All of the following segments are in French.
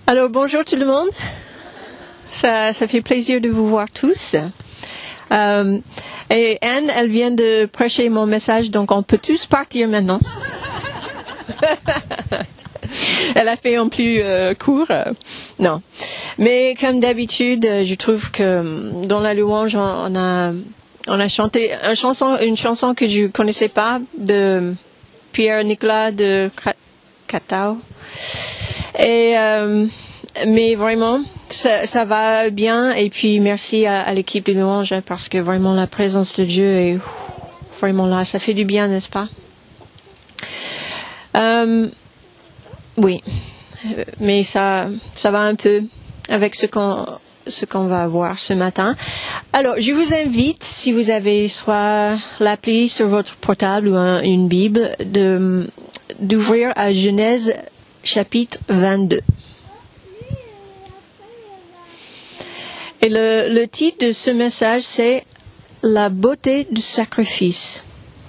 Alors bonjour tout le monde, ça fait plaisir de vous voir tous. Et Anne, elle vient de prêcher mon message, donc on peut tous partir maintenant. Elle a fait en plus court, non. Mais comme d'habitude, je trouve que dans la louange, on a chanté une chanson que je connaissais pas de Pierre-Nicolas de Catao. Et mais vraiment, ça va bien. Et puis merci à l'équipe de louange parce que vraiment la présence de Dieu est vraiment là. Ça fait du bien, n'est-ce pas? Oui, mais ça va un peu avec ce qu'on va voir ce matin. Alors, je vous invite, si vous avez soit l'appli sur votre portable ou une Bible, d'ouvrir à Genèse chapitre 22. Et le titre de ce message, c'est « La beauté du sacrifice ».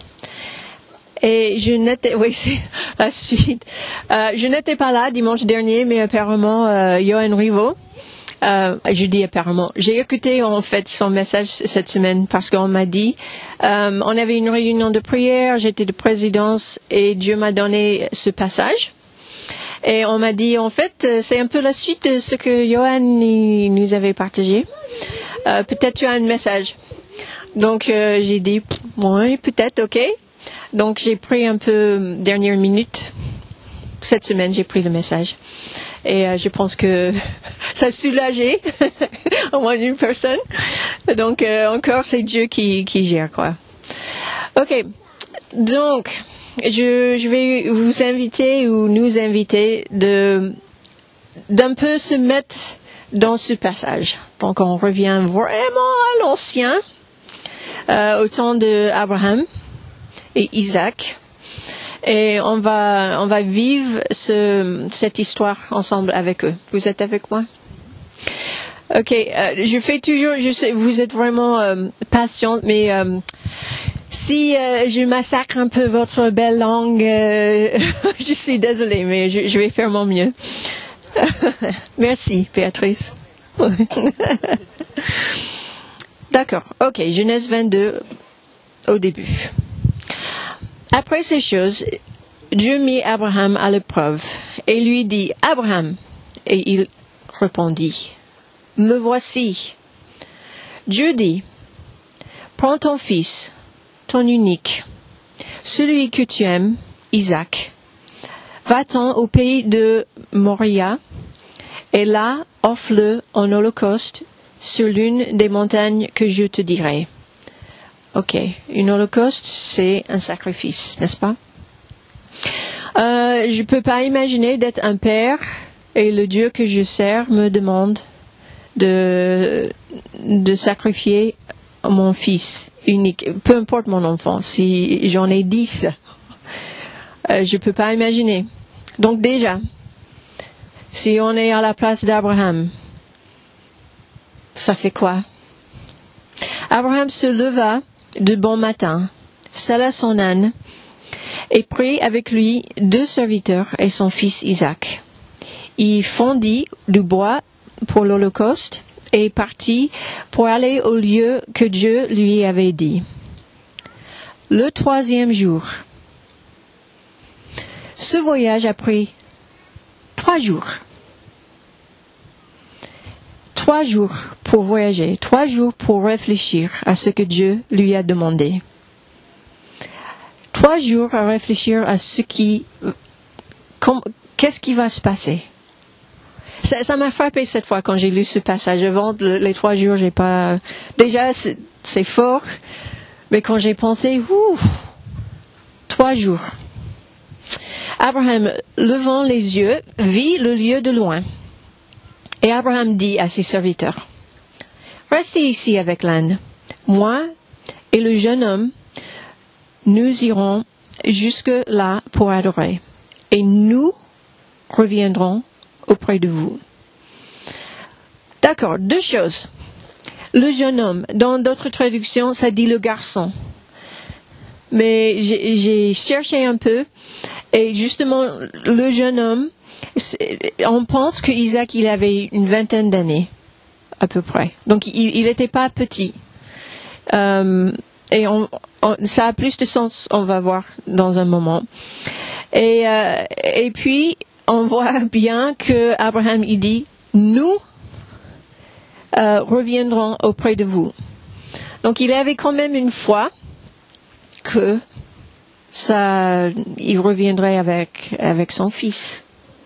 Et oui, c'est la suite. Je n'étais pas là dimanche dernier, mais apparemment, Johan Riveau, je dis apparemment, j'ai écouté en fait son message cette semaine parce qu'on m'a dit, on avait une réunion de prière, j'étais de présidence et Dieu m'a donné ce passage. Et on m'a dit, en fait, c'est un peu la suite de ce que Johan nous avait partagé. Peut-être tu as un message. Donc, j'ai dit, oui, peut-être, ok. Donc, j'ai pris un peu dernière minute. Cette semaine, j'ai pris le message. Et je pense que ça a soulagé au moins une personne. Donc, encore, c'est Dieu qui gère, quoi. Ok. Donc, je vais vous inviter ou nous inviter d'un peu se mettre dans ce passage. Donc, on revient vraiment à l'ancien, au temps d'Abraham et Isaac, et on va vivre cette histoire ensemble avec eux. Vous êtes avec moi? Ok, je fais toujours, je sais, vous êtes vraiment patiente, mais si je massacre un peu votre belle langue, je suis désolée, mais je vais faire mon mieux. Merci, Béatrice. D'accord, ok, Genèse 22 au début. Après ces choses, Dieu mit Abraham à l'épreuve et lui dit, « Abraham » et il répondit, « Me voici. » Dieu dit, « Prends ton fils, ton unique, celui que tu aimes, Isaac, va-t'en au pays de Moria et là offre-le en holocauste sur l'une des montagnes que je te dirai. » Ok, une holocauste, c'est un sacrifice, n'est-ce pas? Je peux pas imaginer d'être un père et le Dieu que je sers me demande de sacrifier mon fils unique, peu importe mon enfant, si j'en ai 10, je peux pas imaginer. Donc déjà, si on est à la place d'Abraham, ça fait quoi? Abraham se leva de bon matin, sella son âne, et prit avec lui 2 serviteurs et son fils Isaac. Il fondit du bois pour l'holocauste et partit pour aller au lieu que Dieu lui avait dit. Le 3e jour, ce voyage a pris 3 jours. 3 jours pour voyager, 3 jours pour réfléchir à ce que Dieu lui a demandé. 3 jours à réfléchir à qu'est-ce qui va se passer. Ça m'a frappé cette fois quand j'ai lu ce passage. Avant les 3 jours, j'ai pas. Déjà, c'est fort, mais quand j'ai pensé, 3 jours. Abraham, levant les yeux, vit le lieu de loin. Et Abraham dit à ses serviteurs, « Restez ici avec l'âne. Moi et le jeune homme, nous irons jusque là pour adorer. Et nous reviendrons auprès de vous. » D'accord, 2 choses. Le jeune homme, dans d'autres traductions, ça dit le garçon. Mais j'ai cherché un peu, et justement, le jeune homme, On pense que Isaac, il avait une vingtaine d'années, à peu près. Donc, il n'était pas petit. Et ça a plus de sens, on va voir dans un moment. Et puis, on voit bien que Abraham, il dit, nous reviendrons auprès de vous. Donc, il avait quand même une foi que il reviendrait avec son fils.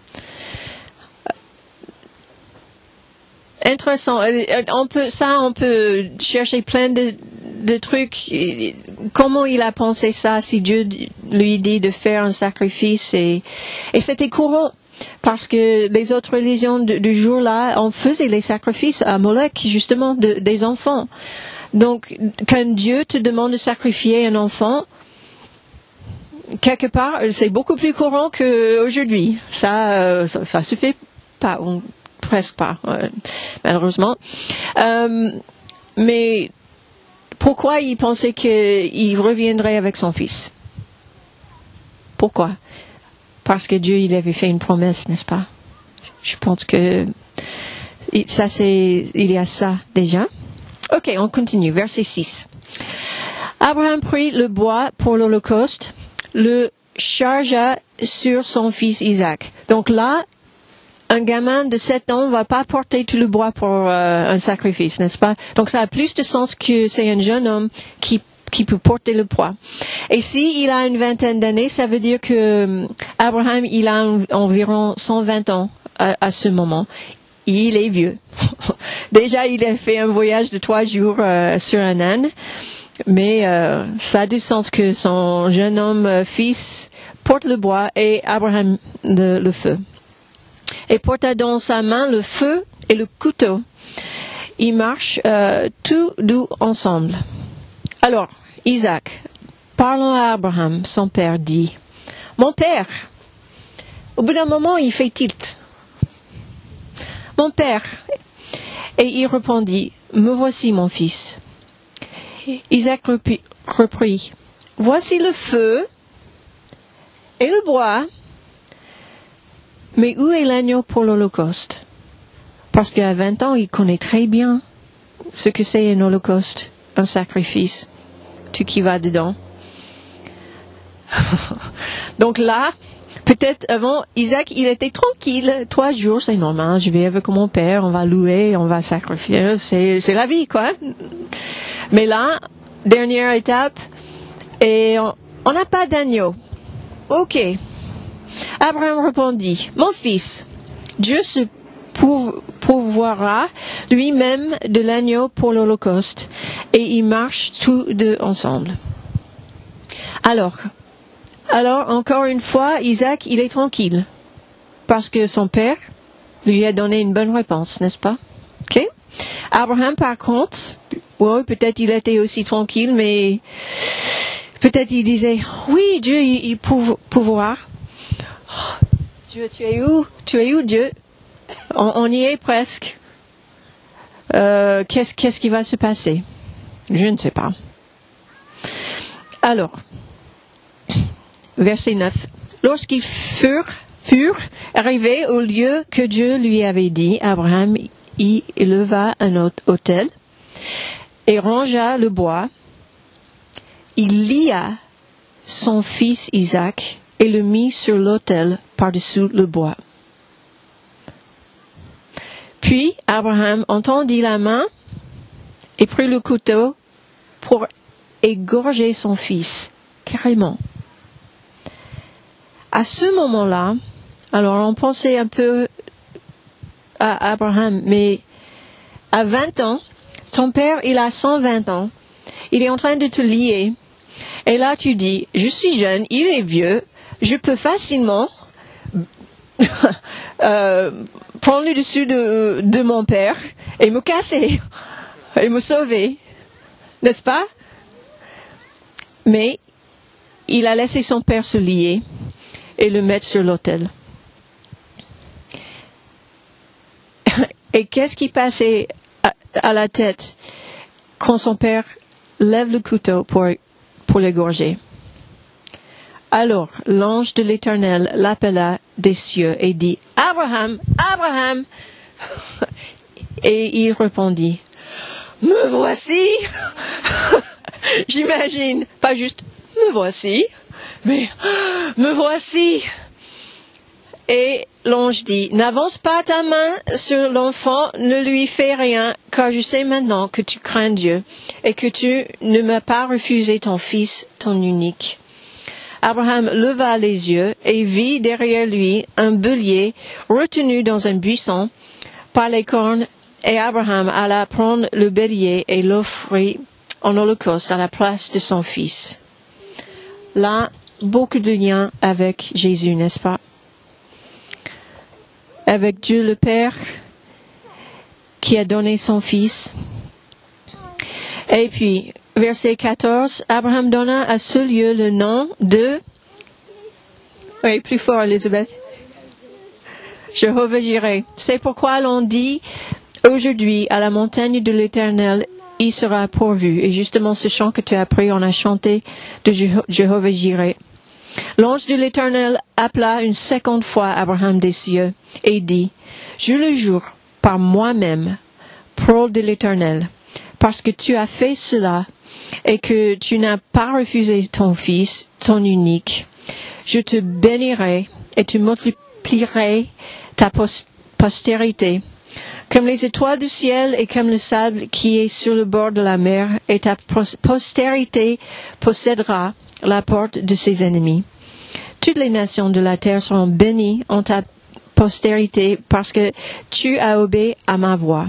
Intéressant. On peut chercher plein de trucs. Comment il a pensé ça, si Dieu lui dit de faire un sacrifice, et c'était courant. Parce que les autres religions du jour-là, on faisait les sacrifices à Molech, justement, des enfants. Donc, quand Dieu te demande de sacrifier un enfant, quelque part, c'est beaucoup plus courant qu'aujourd'hui. Ça se fait pas, ou presque pas, malheureusement. Mais pourquoi il pensait qu'il reviendrait avec son fils? Pourquoi? Parce que Dieu, il avait fait une promesse, n'est-ce pas? Je pense que il y a ça déjà. Ok, on continue. Verset 6. Abraham prit le bois pour l'Holocauste, le chargea sur son fils Isaac. Donc là, un gamin de 7 ans ne va pas porter tout le bois pour un sacrifice, n'est-ce pas? Donc ça a plus de sens que c'est un jeune homme qui peut porter le poids. Et s'il a une vingtaine d'années, ça veut dire que Abraham, il a environ 120 ans à ce moment. Il est vieux. Déjà, il a fait un voyage de 3 jours sur un âne. Mais ça a du sens que son jeune homme fils porte le bois et Abraham le feu. Et porta dans sa main le feu et le couteau. Ils marchent tous deux ensemble. Alors, Isaac, parlant à Abraham, son père, dit, « Mon père !» Au bout d'un moment, il fait tilt. « Mon père !» Et il répondit, « Me voici, mon fils. » Isaac reprit, « Voici le feu et le bois, mais où est l'agneau pour l'Holocauste ?» Parce qu'à 20 ans, il connaît très bien ce que c'est un holocauste, un sacrifice, tout qui va dedans. Donc là, peut-être avant, Isaac, il était tranquille. 3 jours, c'est normal, je vais avec mon père, on va louer, on va sacrifier, c'est la vie, quoi. Mais là, dernière étape, et on n'a pas d'agneau. Ok. Abraham répondit, « Mon fils, Dieu se pourvoira lui-même de l'agneau pour l'Holocauste. » Et ils marchent tous deux ensemble. Alors, encore une fois, Isaac, il est tranquille. Parce que son père lui a donné une bonne réponse, n'est-ce pas? Ok? Abraham, par contre, ouais, peut-être il était aussi tranquille, mais peut-être il disait, oui, Dieu, il pouvoir. Oh, Dieu, tu es où? Tu es où, Dieu? On y est presque. Qu'est-ce qui va se passer? Je ne sais pas. Alors, verset 9. Lorsqu'ils furent arrivés au lieu que Dieu lui avait dit, Abraham y leva un autel et rangea le bois. Il lia son fils Isaac et le mit sur l'autel par-dessus le bois. Puis Abraham entendit la main et prit le couteau pour égorger son fils, carrément. À ce moment-là, alors on pensait un peu à Abraham, mais à 20 ans, son père, il a 120 ans, il est en train de te lier, et là tu dis, je suis jeune, il est vieux, je peux facilement prendre le dessus de mon père et me casser et me sauver, n'est-ce pas? Mais il a laissé son père se lier et le mettre sur l'autel. Et qu'est-ce qui passait à la tête quand son père lève le couteau pour l'égorger? Alors l'ange de l'Éternel l'appela des cieux et dit, Abraham, Abraham. Et il répondit, me voici. J'imagine, pas juste me voici, mais me voici. Et l'ange dit, n'avance pas ta main sur l'enfant, ne lui fais rien, car je sais maintenant que tu crains Dieu et que tu ne m'as pas refusé ton fils, ton unique. Abraham leva les yeux et vit derrière lui un bélier retenu dans un buisson par les cornes, et Abraham alla prendre le bélier et l'offrit en holocauste à la place de son fils. Là, beaucoup de liens avec Jésus, n'est-ce pas? Avec Dieu le Père qui a donné son fils. Et puis, verset 14, Abraham donna à ce lieu le nom de... Oui, plus fort, Elisabeth. Jéhovah-Jireh. C'est pourquoi l'on dit aujourd'hui à la montagne de l'Éternel, il sera pourvu. Et justement, ce chant que tu as appris, on a chanté de Jéhovah-Jireh. L'ange de l'Éternel appela une seconde fois Abraham des cieux et dit, je le jure par moi-même, parole de l'Éternel, parce que tu as fait cela et que tu n'as pas refusé ton fils, ton unique, je te bénirai et tu multiplierai ta postérité, comme les étoiles du ciel et comme le sable qui est sur le bord de la mer, et ta postérité possédera la porte de ses ennemis. Toutes les nations de la terre seront bénies en ta postérité parce que tu as obéi à ma voix.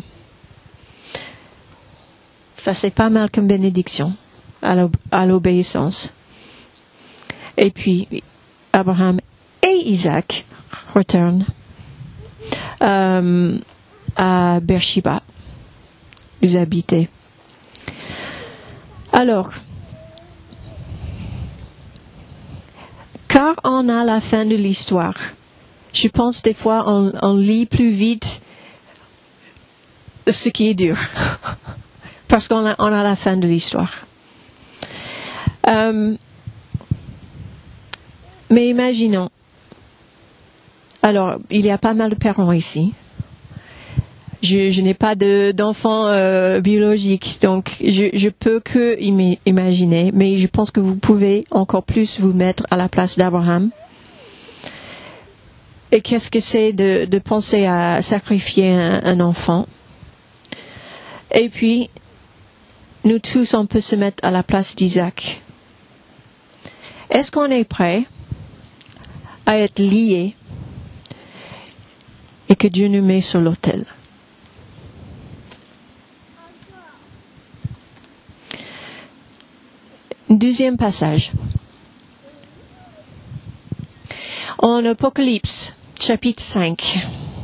Ça, c'est pas mal comme bénédiction à l'obéissance. Et puis, Abraham et Isaac retournent à Beersheba. Ils habitaient. Alors, car on a la fin de l'histoire. Je pense des fois on lit plus vite ce qui est dur. Parce qu'on a la fin de l'histoire. Mais imaginons. Alors, il y a pas mal de parents ici. Je n'ai pas d'enfants biologiques, donc je peux que imaginer, mais je pense que vous pouvez encore plus vous mettre à la place d'Abraham. Et qu'est-ce que c'est de penser à sacrifier un enfant? Et puis, nous tous, on peut se mettre à la place d'Isaac. Est-ce qu'on est prêt à être liés et que Dieu nous met sur l'autel? Deuxième passage. En Apocalypse, chapitre 5.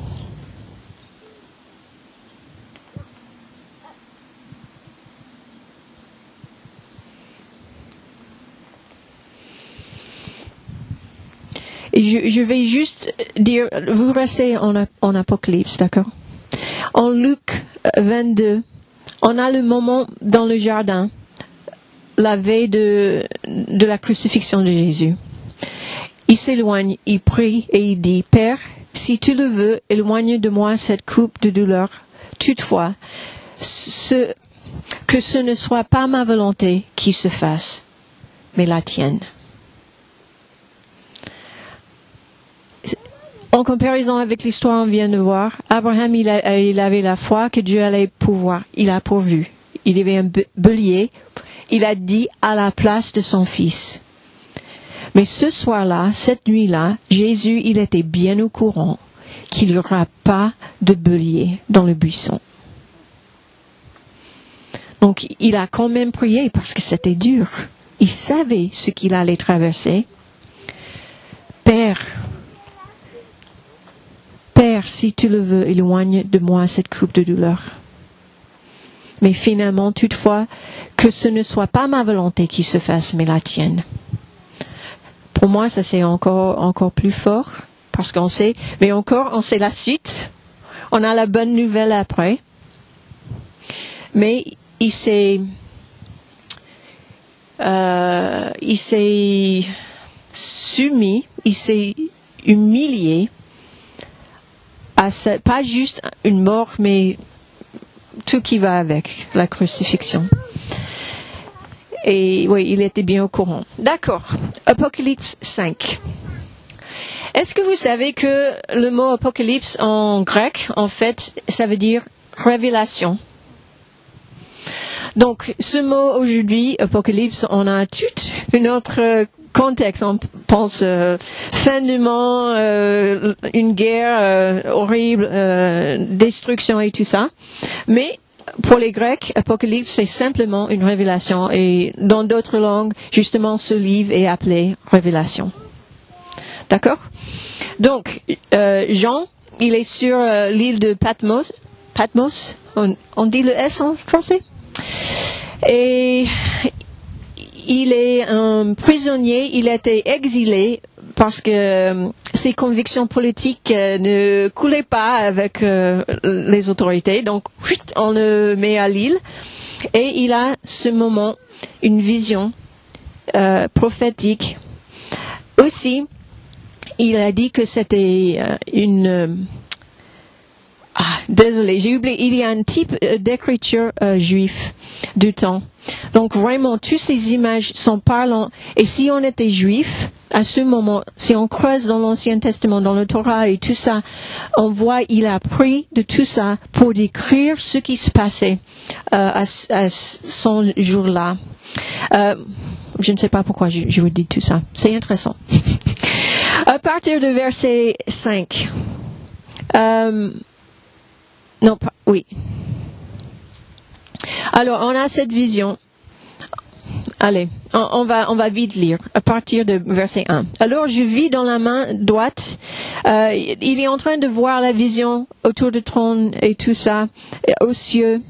Je vais juste dire, vous restez en Apocalypse, d'accord? En Luc 22, on a le moment dans le jardin, la veille de la crucifixion de Jésus. Il s'éloigne, il prie et il dit, Père, si tu le veux, éloigne de moi cette coupe de douleur. Toutefois, que ce ne soit pas ma volonté qui se fasse, mais la tienne. En comparaison avec l'histoire qu'on vient de voir, Abraham, il avait la foi que Dieu allait pouvoir. Il a pourvu. Il avait un bélier. Il a dit à la place de son fils. Mais ce soir-là, cette nuit-là, Jésus, il était bien au courant qu'il n'y aura pas de bélier dans le buisson. Donc, il a quand même prié parce que c'était dur. Il savait ce qu'il allait traverser. Père, si tu le veux, éloigne de moi cette coupe de douleur. Mais finalement, toutefois, que ce ne soit pas ma volonté qui se fasse, mais la tienne. Pour moi, ça c'est encore plus fort, parce qu'on sait, mais encore, on sait la suite. On a la bonne nouvelle après. Mais il s'est soumis, il s'est humilié pas juste une mort, mais tout qui va avec la crucifixion. Et oui, il était bien au courant. D'accord. Apocalypse 5. Est-ce que vous savez que le mot apocalypse en grec, en fait, ça veut dire révélation? Donc, ce mot aujourd'hui, apocalypse, on a tout un autre contexte. On pense fin du monde, une guerre horrible, destruction et tout ça. Mais pour les Grecs, apocalypse, c'est simplement une révélation. Et dans d'autres langues, justement, ce livre est appelé révélation. D'accord? Donc, Jean, il est sur l'île de Patmos. Patmos, on dit le S en français? Et il est un prisonnier, il a été exilé parce que ses convictions politiques ne coulaient pas avec les autorités. Donc, on le met à l'île et il a ce moment, une vision prophétique. Aussi, il a dit que c'était désolé, j'ai oublié, il y a un type d'écriture juif du temps. Donc vraiment, toutes ces images sont parlantes. Et si on était juif, à ce moment, si on creuse dans l'Ancien Testament, dans le Torah et tout ça, on voit il a pris de tout ça pour décrire ce qui se passait à son jour-là. Je ne sais pas pourquoi je vous dis tout ça. C'est intéressant. À partir de verset 5. Oui. Alors, on a cette vision. Allez, on va vite lire, à partir de verset 1. Alors, je vis dans la main droite, il est en train de voir la vision autour du trône et tout ça, aux cieux.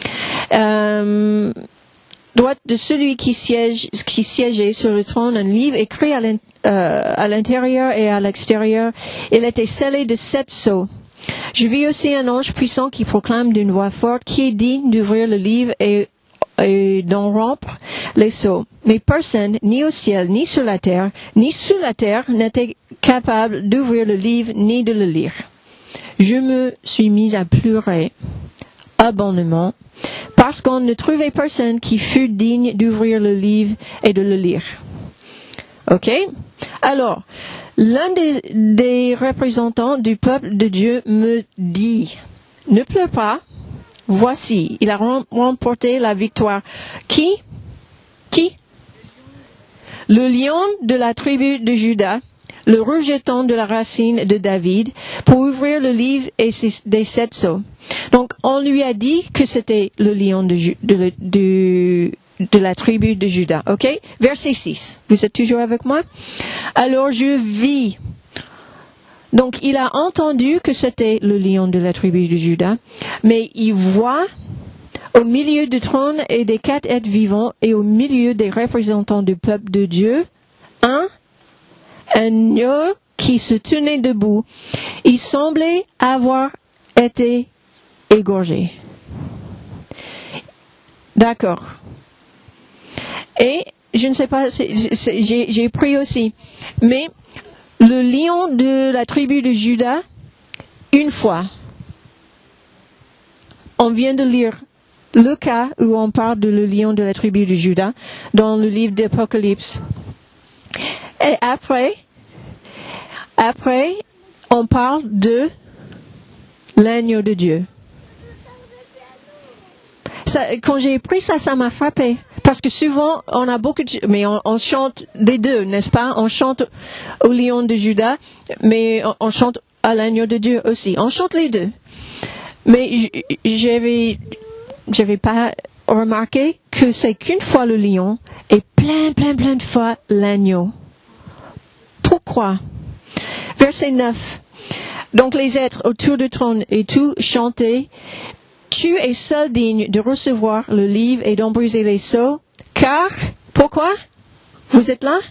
Droite de celui qui siégeait sur le trône, un livre écrit à l'intérieur et à l'extérieur. Il était scellé de 7 sceaux. Je vis aussi un ange puissant qui proclame d'une voix forte qui est digne d'ouvrir le livre et d'en rompre les sceaux. Mais personne, ni au ciel, ni sur la terre, ni sous la terre, n'était capable d'ouvrir le livre ni de le lire. Je me suis mise à pleurer abondamment parce qu'on ne trouvait personne qui fût digne d'ouvrir le livre et de le lire. Ok? Alors, l'un des représentants du peuple de Dieu me dit, ne pleure pas, voici, il a remporté la victoire. Qui? Le lion de la tribu de Juda, le rejeton de la racine de David, pour ouvrir le livre et des 7 sceaux. Donc, on lui a dit que c'était le lion de la tribu de Juda. Ok? Verset 6. Vous êtes toujours avec moi? Alors je vis. Donc il a entendu que c'était le lion de la tribu de Juda, mais il voit au milieu du trône et des 4 êtres vivants et au milieu des représentants du peuple de Dieu, un agneau qui se tenait debout. Il semblait avoir été égorgé. D'accord. Et, je ne sais pas, j'ai pris aussi, mais le lion de la tribu de Juda, une fois, on vient de lire le cas où on parle de le lion de la tribu de Juda dans le livre d'Apocalypse. Et après, on parle de l'agneau de Dieu. Quand j'ai pris ça, ça m'a frappé. Parce que souvent, on a beaucoup de... Mais on chante des deux, n'est-ce pas? On chante au lion de Juda, mais on chante à l'agneau de Dieu aussi. On chante les deux. Mais j'avais pas remarqué que c'est qu'une fois le lion et plein de fois l'agneau. Pourquoi? Verset 9. Donc les êtres autour du trône et tout chantaient. Tu es seul digne de recevoir le livre et d'en briser les sceaux, car, pourquoi? Vous êtes là?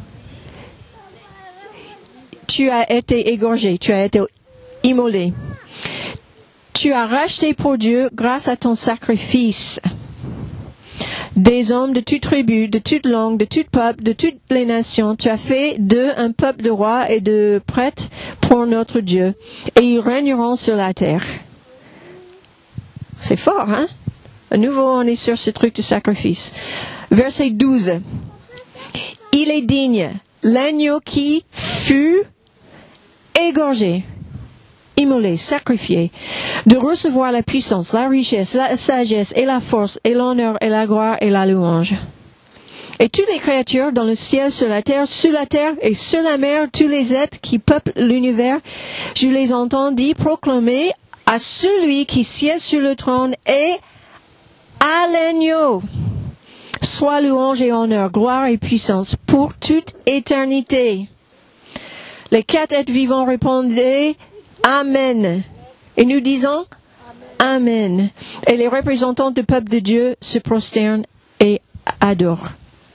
Tu as été égorgé, tu as été immolé. Tu as racheté pour Dieu grâce à ton sacrifice. des hommes de toute tribu, de toute langue, de tout peuple, de toutes les nations. Tu as fait d'eux un peuple de rois et de prêtres pour notre Dieu, et ils régneront sur la terre. C'est fort, hein? À nouveau, on est sur ce truc de sacrifice. Verset 12. Il est digne, l'agneau qui fut égorgé, immolé, sacrifié, de recevoir la puissance, la richesse, la sagesse et la force et l'honneur et la gloire et la louange. Et toutes les créatures dans le ciel, sur la terre et sur la mer, tous les êtres qui peuplent l'univers, je les entendis proclamer à celui qui siège sur le trône et à l'agneau, soit louange et honneur, gloire et puissance pour toute éternité. Les 4 êtres vivants répondaient Amen. Et nous disons Amen. Et les représentants du peuple de Dieu se prosternent et adorent.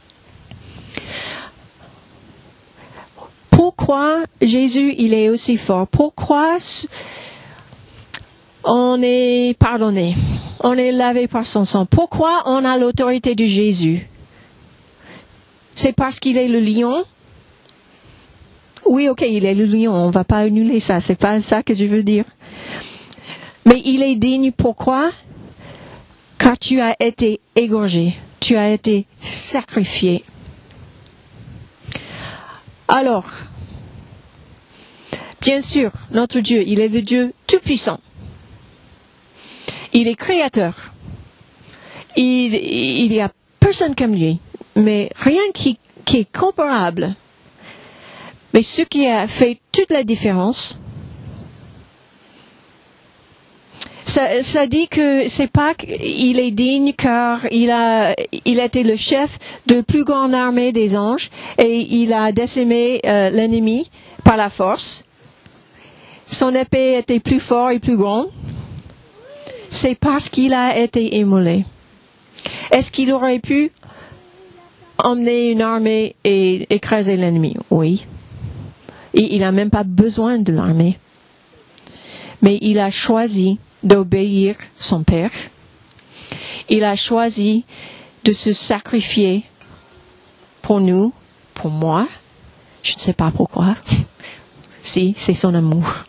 Pourquoi Jésus, il est aussi fort? Pourquoi on est pardonné? On est lavé par son sang. Pourquoi on a l'autorité de Jésus? C'est parce qu'il est le lion? Oui, ok, il est le lion. On ne va pas annuler ça. C'est pas ça que je veux dire. Mais il est digne. Pourquoi? Car tu as été égorgé. Tu as été sacrifié. Alors, bien sûr, notre Dieu, il est le Dieu tout-puissant. Il est créateur. Il y a personne comme lui. Mais rien qui est comparable. Mais ce qui a fait toute la différence, ça dit que c'est pas qu'il est digne car il a été le chef de la plus grande armée des anges et il a décimé l'ennemi par la force. Son épée était plus forte et plus grande. C'est parce qu'il a été immolé. Est-ce qu'il aurait pu emmener une armée et écraser l'ennemi? Oui. Et il n'a même pas besoin de l'armée. Mais il a choisi d'obéir son Père. Il a choisi de se sacrifier pour nous, pour moi. Je ne sais pas pourquoi. Si, c'est son amour.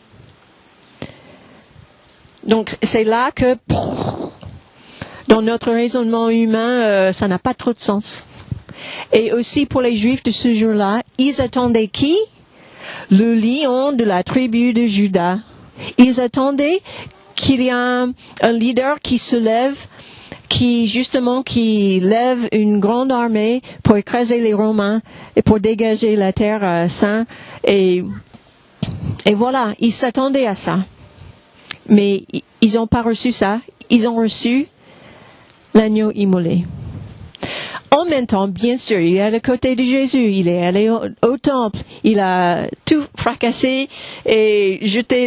Donc, c'est là que, dans notre raisonnement humain, ça n'a pas trop de sens. Et aussi pour les Juifs de ce jour-là, ils attendaient qui? Le lion de la tribu de Juda. Ils attendaient qu'il y ait un leader qui se lève, qui lève une grande armée pour écraser les Romains et pour dégager la terre sainte. Et voilà, ils s'attendaient à ça. Mais ils n'ont pas reçu ça. Ils ont reçu l'agneau immolé. En même temps, bien sûr, il est à le côté de Jésus. Il est allé au temple. Il a tout fracassé et jeté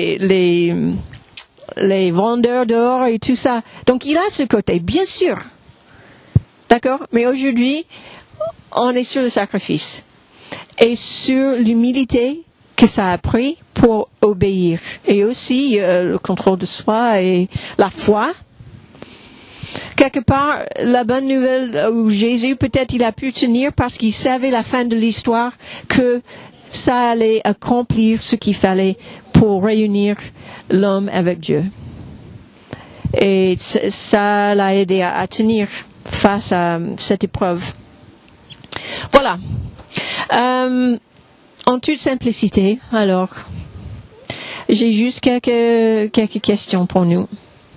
les vendeurs dehors et tout ça. Donc, il a ce côté, bien sûr. D'accord? Mais aujourd'hui, on est sur le sacrifice. Et sur l'humilité que ça a pris pour obéir. Et aussi, le contrôle de soi et la foi. Quelque part, la bonne nouvelle où Jésus, peut-être il a pu tenir parce qu'il savait la fin de l'histoire, que ça allait accomplir ce qu'il fallait pour réunir l'homme avec Dieu. Et ça l'a aidé à tenir face à cette épreuve. Voilà. En toute simplicité, alors, j'ai juste quelques questions pour nous.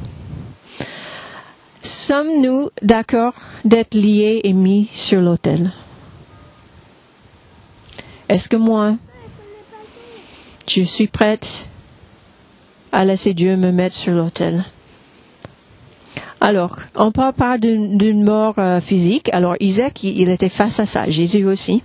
Sommes-nous d'accord d'être liés et mis sur l'autel? Est-ce que moi, je suis prête à laisser Dieu me mettre sur l'autel? Alors, on parle pas d'une mort physique. Alors, Isaac, il était face à ça. Jésus aussi.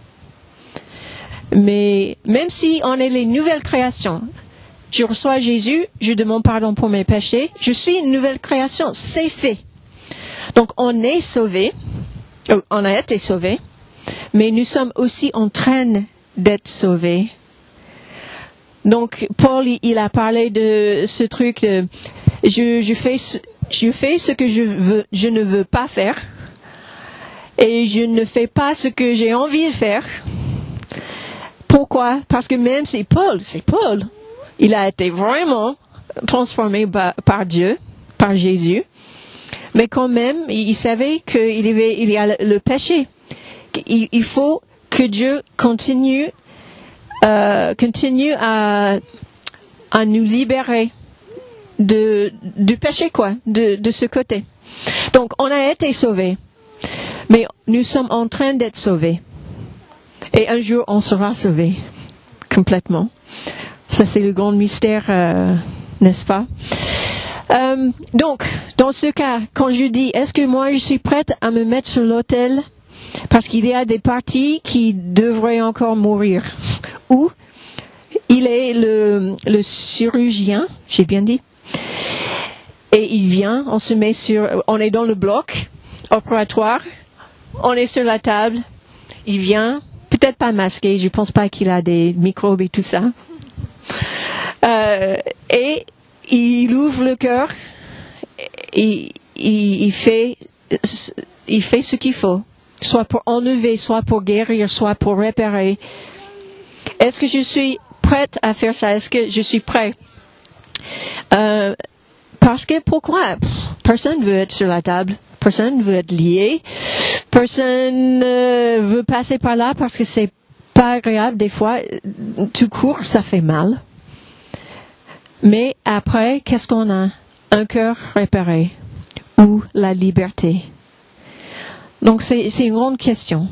Mais même si on est les nouvelles créations, je reçois Jésus, je demande pardon pour mes péchés, je suis une nouvelle création, c'est fait. Donc on est sauvés, on a été sauvés, mais nous sommes aussi en train d'être sauvés. Donc Paul, il a parlé de ce truc de je fais ce que je ne veux pas faire. et je ne fais pas ce que j'ai envie de faire. Pourquoi? Parce que même c'est Paul. Il a été vraiment transformé par Dieu, par Jésus. Mais quand même, il savait qu'il y a le péché. Il faut que Dieu continue à nous libérer du péché, quoi, de ce côté. Donc, on a été sauvés. Mais nous sommes en train d'être sauvés. Et un jour, on sera sauvés. Complètement. Ça, c'est le grand mystère, n'est-ce pas? Donc, dans ce cas, quand je dis, est-ce que moi je suis prête à me mettre sur l'autel parce qu'il y a des parties qui devraient encore mourir, ou il est le chirurgien, j'ai bien dit, et il vient, on est dans le bloc opératoire, on est sur la table, il vient, peut-être pas masqué, je pense pas qu'il a des microbes et tout ça, et il ouvre le cœur et il fait ce qu'il faut, soit pour enlever, soit pour guérir, soit pour réparer. Est-ce que je suis prête à faire ça? Est-ce que je suis prêt? Parce que pourquoi? Personne veut être sur la table, personne veut être lié, personne veut passer par là parce que c'est pas agréable. Des fois, tout court, ça fait mal. Mais après, qu'est-ce qu'on a? Un cœur réparé ou la liberté? Donc, c'est une grande question.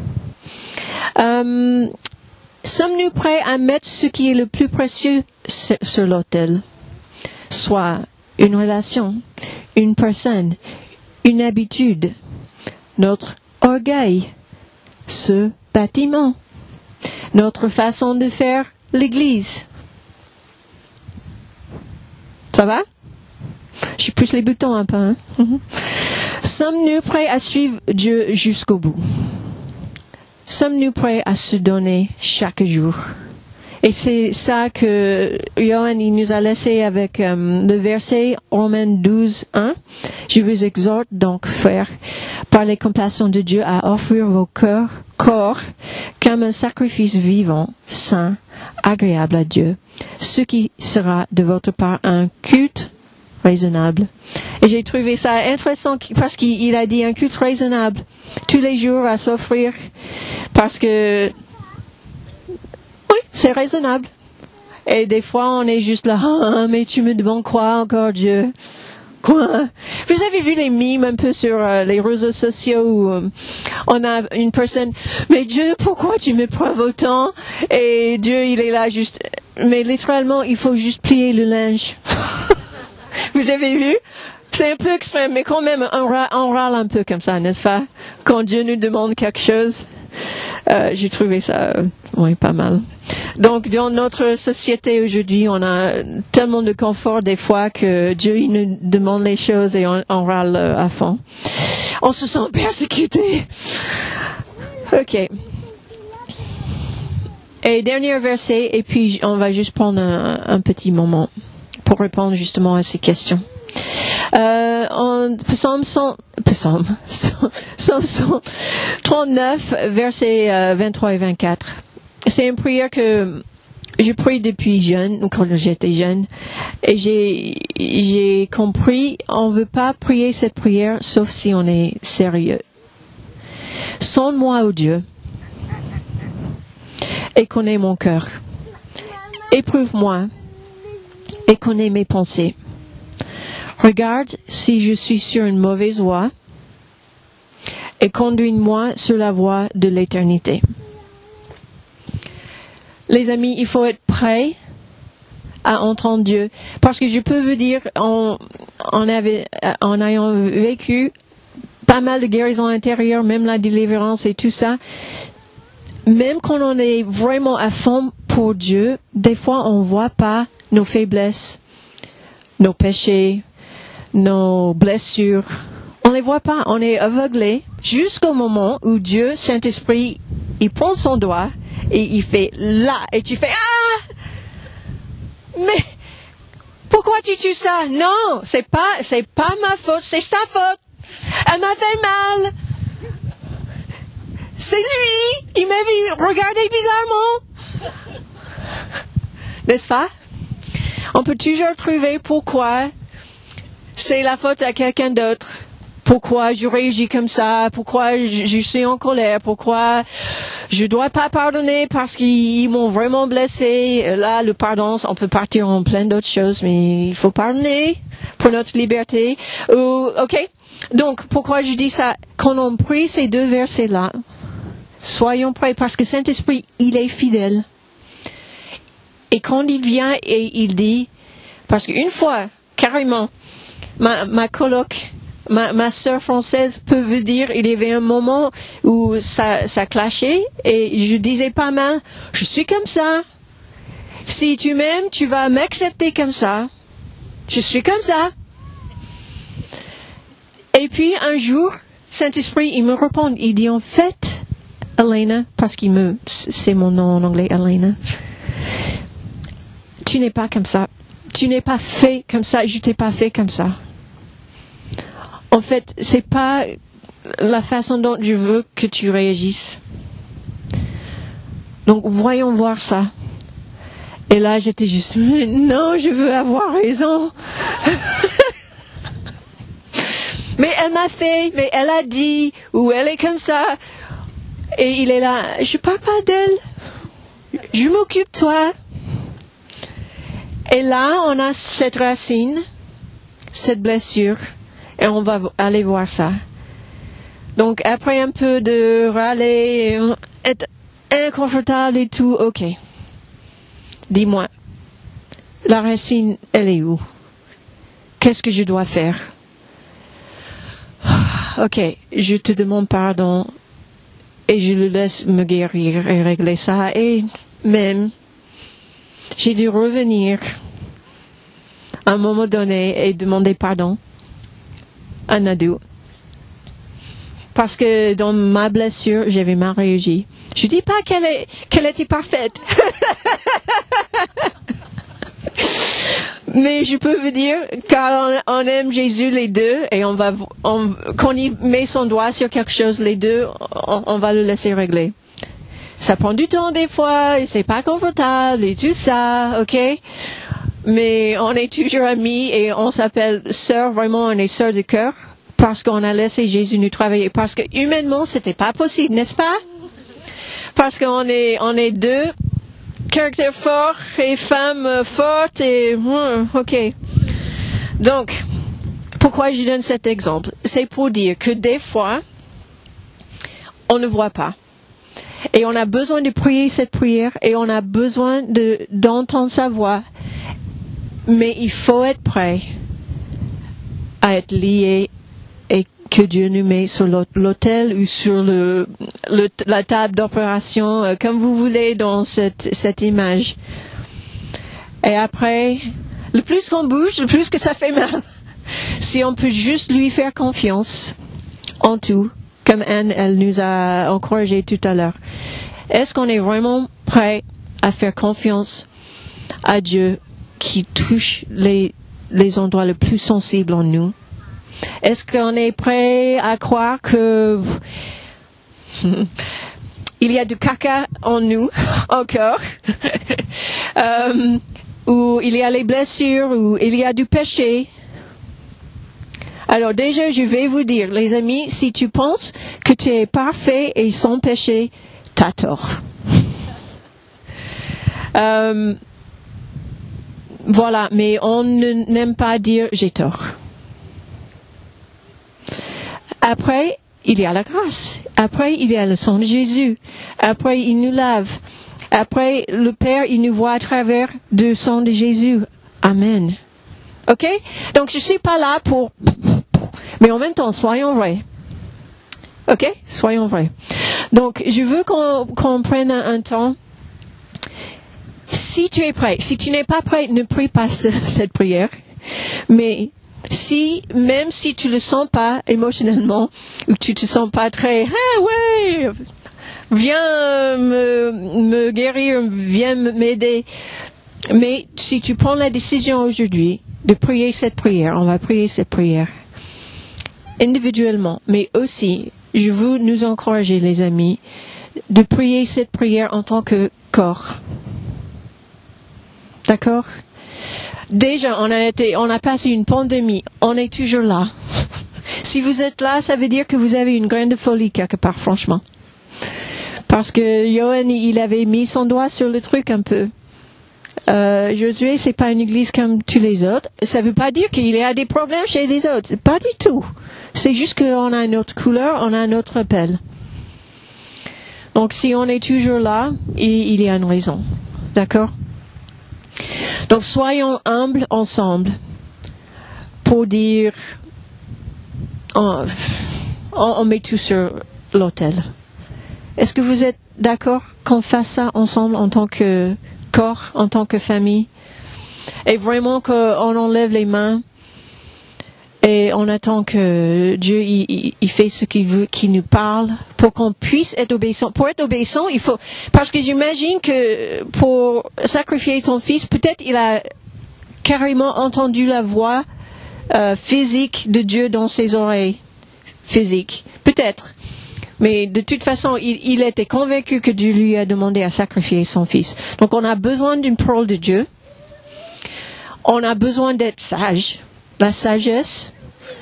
Sommes-nous prêts à mettre ce qui est le plus précieux sur l'autel? Soit une relation, une personne, une habitude, notre orgueil, ce bâtiment, notre façon de faire l'Église. Ça va? Je pousse les boutons un peu. Hein? Sommes-nous prêts à suivre Dieu jusqu'au bout? Sommes-nous prêts à se donner chaque jour? Et c'est ça que Johan il nous a laissé avec le verset Romains 12:1. Je vous exhorte donc, frères, par les compassions de Dieu, à offrir vos corps comme un sacrifice vivant, saint, agréable à Dieu, ce qui sera de votre part un culte raisonnable. Et j'ai trouvé ça intéressant parce qu'il a dit un culte raisonnable tous les jours à s'offrir parce que oui, c'est raisonnable. Et des fois on est juste là, mais tu me demandes quoi encore, Dieu? Quoi? Vous avez vu les mimes un peu sur les réseaux sociaux où on a une personne, mais Dieu, pourquoi tu m'éprouves autant? Et Dieu, il est là juste, mais littéralement, il faut juste plier le linge. Vous avez vu? C'est un peu extrême, mais quand même, on râle un peu comme ça, n'est-ce pas? Quand Dieu nous demande quelque chose, j'ai trouvé ça, oui, pas mal. Donc, dans notre société aujourd'hui, on a tellement de confort des fois que Dieu il nous demande les choses et on râle à fond. On se sent persécuté. Ok. Et dernier verset, et puis on va juste prendre un petit moment pour répondre justement à ces questions. En Psaume 39, versets 23 et 24. C'est une prière que je prie depuis jeune, ou quand j'étais jeune, et j'ai compris, on ne veut pas prier cette prière sauf si on est sérieux. Sonde-moi, ô Dieu, et connais mon cœur. Éprouve-moi, et connais mes pensées. Regarde si je suis sur une mauvaise voie, et conduis-moi sur la voie de l'éternité. Les amis, il faut être prêt à entendre Dieu. Parce que je peux vous dire, en ayant vécu pas mal de guérisons intérieures, même la délivrance et tout ça, même quand on est vraiment à fond pour Dieu, des fois on ne voit pas nos faiblesses, nos péchés, nos blessures. On ne les voit pas, on est aveuglé jusqu'au moment où Dieu, Saint-Esprit, il prend son doigt et il fait là, et tu fais ah! Mais pourquoi tu tues ça? Non, c'est pas ma faute, c'est sa faute. Elle m'a fait mal. c'est lui, il m'avait regardé bizarrement. N'est-ce pas? On peut toujours trouver pourquoi c'est la faute à quelqu'un d'autre. Pourquoi je réagis comme ça? Pourquoi je suis en colère? Pourquoi je dois pas pardonner parce qu'ils m'ont vraiment blessé? Là, le pardon, on peut partir en plein d'autres choses, mais il faut pardonner pour notre liberté. Ok? Donc, pourquoi je dis ça? Quand on prie ces deux versets-là, soyons prêts parce que Saint-Esprit, il est fidèle. Et quand il vient et il dit, parce qu'une fois, carrément, ma coloc, ma sœur française peut vous dire, il y avait un moment où ça clashait et je disais pas mal, je suis comme ça. Si tu m'aimes, tu vas m'accepter comme ça. Je suis comme ça. Et puis un jour, Saint-Esprit, il me répond, il dit en fait, Elena, parce c'est mon nom en anglais, Elena. Tu n'es pas comme ça. Tu n'es pas fait comme ça. Je t'ai pas fait comme ça. En fait, c'est pas la façon dont je veux que tu réagisses. Donc, voyons voir ça. Et là, j'étais juste, non, je veux avoir raison. Mais elle m'a fait, mais elle a dit, ou elle est comme ça. Et il est là, je parle pas d'elle. Je m'occupe de toi. Et là, on a cette racine, cette blessure, et on va aller voir ça. Donc, après un peu de râler, être inconfortable et tout, ok. Dis-moi, la racine, elle est où? Qu'est-ce que je dois faire? Ok, je te demande pardon, et je le laisse me guérir et régler ça, et même... J'ai dû revenir à un moment donné et demander pardon à Nadou. Parce que dans ma blessure, j'avais mal réagi. Je dis pas qu'elle était parfaite. Mais je peux vous dire, car on aime Jésus les deux, et quand il met son doigt sur quelque chose, les deux, on va le laisser régler. Ça prend du temps des fois, et c'est pas confortable, et tout ça, ok? Mais on est toujours amis, et on s'appelle sœurs, vraiment, on est sœurs de cœur, parce qu'on a laissé Jésus nous travailler. Parce que humainement, c'était pas possible, n'est-ce pas? Parce qu'on est deux caractères forts, et femmes fortes, et, ok. Donc, pourquoi je donne cet exemple? C'est pour dire que des fois, on ne voit pas. Et on a besoin de prier cette prière et on a besoin d'entendre sa voix. Mais il faut être prêt à être lié et que Dieu nous met sur l'autel ou sur la table d'opération, comme vous voulez dans cette image. Et après, le plus qu'on bouge, le plus que ça fait mal. Si on peut juste lui faire confiance en tout. Comme Anne, elle nous a encouragé tout à l'heure. Est-ce qu'on est vraiment prêt à faire confiance à Dieu qui touche les endroits les plus sensibles en nous? Est-ce qu'on est prêt à croire que il y a du caca en nous encore, ou il y a les blessures, ou il y a du péché? Alors déjà, je vais vous dire, les amis, si tu penses que tu es parfait et sans péché, t'as tort. Voilà, mais on n'aime pas dire j'ai tort. Après, il y a la grâce. Après, il y a le sang de Jésus. Après, il nous lave. Après, le Père, il nous voit à travers le sang de Jésus. Amen. Ok? Donc, je suis pas là pour... Mais en même temps, soyons vrais. Ok? Soyons vrais. Donc, je veux qu'on prenne un temps. Si tu es prêt, si tu n'es pas prêt, ne prie pas cette prière. Mais même si tu le sens pas émotionnellement, ou tu te sens pas très, ah ouais, viens me guérir, viens m'aider. Mais si tu prends la décision aujourd'hui de prier cette prière, on va prier cette prière individuellement, mais aussi je veux nous encourager, les amis, de prier cette prière en tant que corps. D'accord? Déjà, on a passé une pandémie. On est toujours là. Si vous êtes là, ça veut dire que vous avez une graine de folie quelque part, franchement. Parce que Johan, il avait mis son doigt sur le truc un peu. Josué, c'est pas une église comme tous les autres. Ça veut pas dire qu'il y a des problèmes chez les autres. Pas du tout. C'est juste qu'on a une autre couleur, on a un autre appel. Donc, si on est toujours là, il y a une raison. D'accord? Donc, soyons humbles ensemble pour dire, on met tout sur l'autel. Est-ce que vous êtes d'accord qu'on fasse ça ensemble en tant que corps, en tant que famille? Et vraiment qu'on enlève les mains et on attend que Dieu il fait ce qu'il veut, qu'il nous parle pour qu'on puisse être obéissant. Pour être obéissant, il faut... Parce que j'imagine que pour sacrifier son fils, peut-être il a carrément entendu la voix physique de Dieu dans ses oreilles. Physique. Peut-être. Mais de toute façon, il était convaincu que Dieu lui a demandé à sacrifier son fils. Donc on a besoin d'une parole de Dieu. On a besoin d'être sage. La sagesse.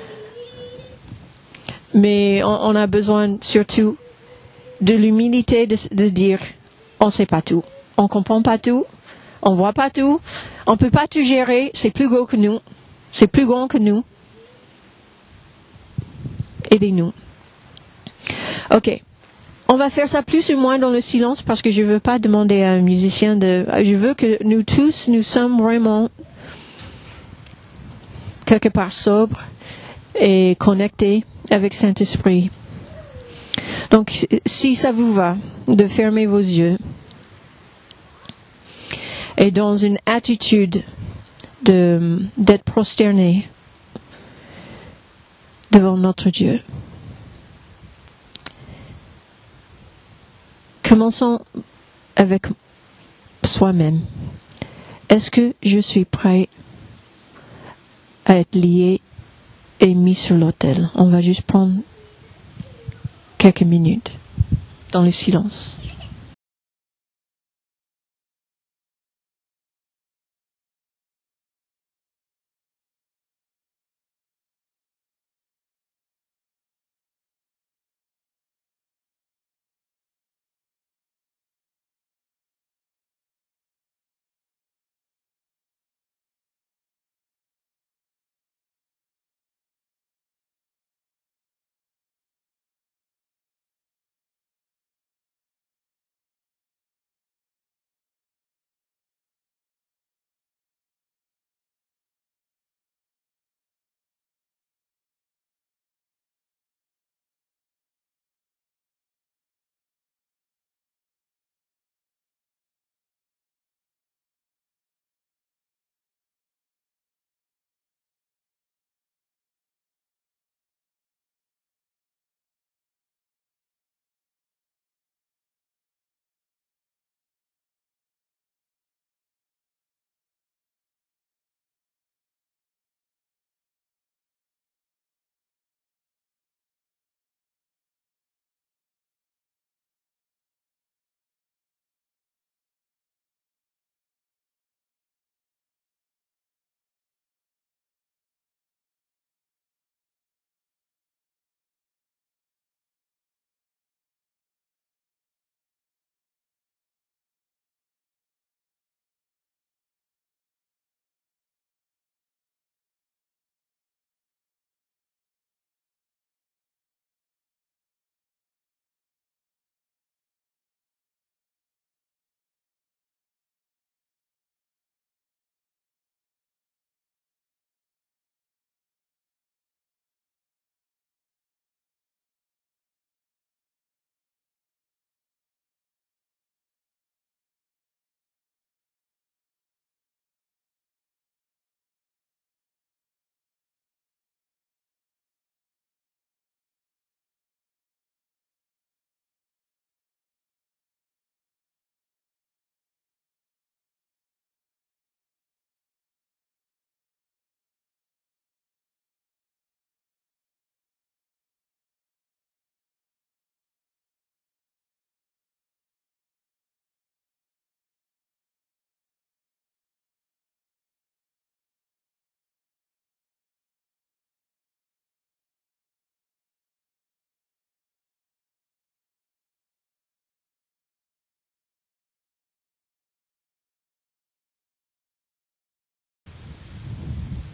Mais on a besoin surtout de l'humilité de dire on ne sait pas tout. On ne comprend pas tout. On ne voit pas tout. On ne peut pas tout gérer. C'est plus gros que nous. C'est plus grand que nous. Aidez-nous. Ok. On va faire ça plus ou moins dans le silence parce que je ne veux pas demander à un musicien de... Je veux que nous tous, nous sommes vraiment quelque part sobres et connectés avec Saint-Esprit. Donc, si ça vous va, de fermer vos yeux et dans une attitude d'être prosterné devant notre Dieu. Commençons avec soi-même. Est-ce que je suis prêt à être lié et mis sur l'autel? On va juste prendre quelques minutes dans le silence.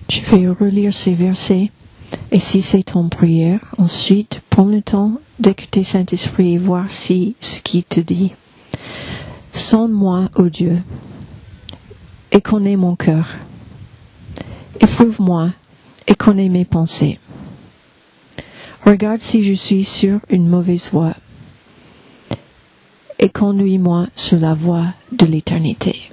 Je vais relire ces versets. Et si c'est ton prière, ensuite, prends le temps d'écouter Saint-Esprit et voir si ce qu'il te dit. Sonde-moi, ô Dieu, et connais mon cœur. Éprouve-moi et connais mes pensées. Regarde si je suis sur une mauvaise voie et conduis-moi sur la voie de l'éternité.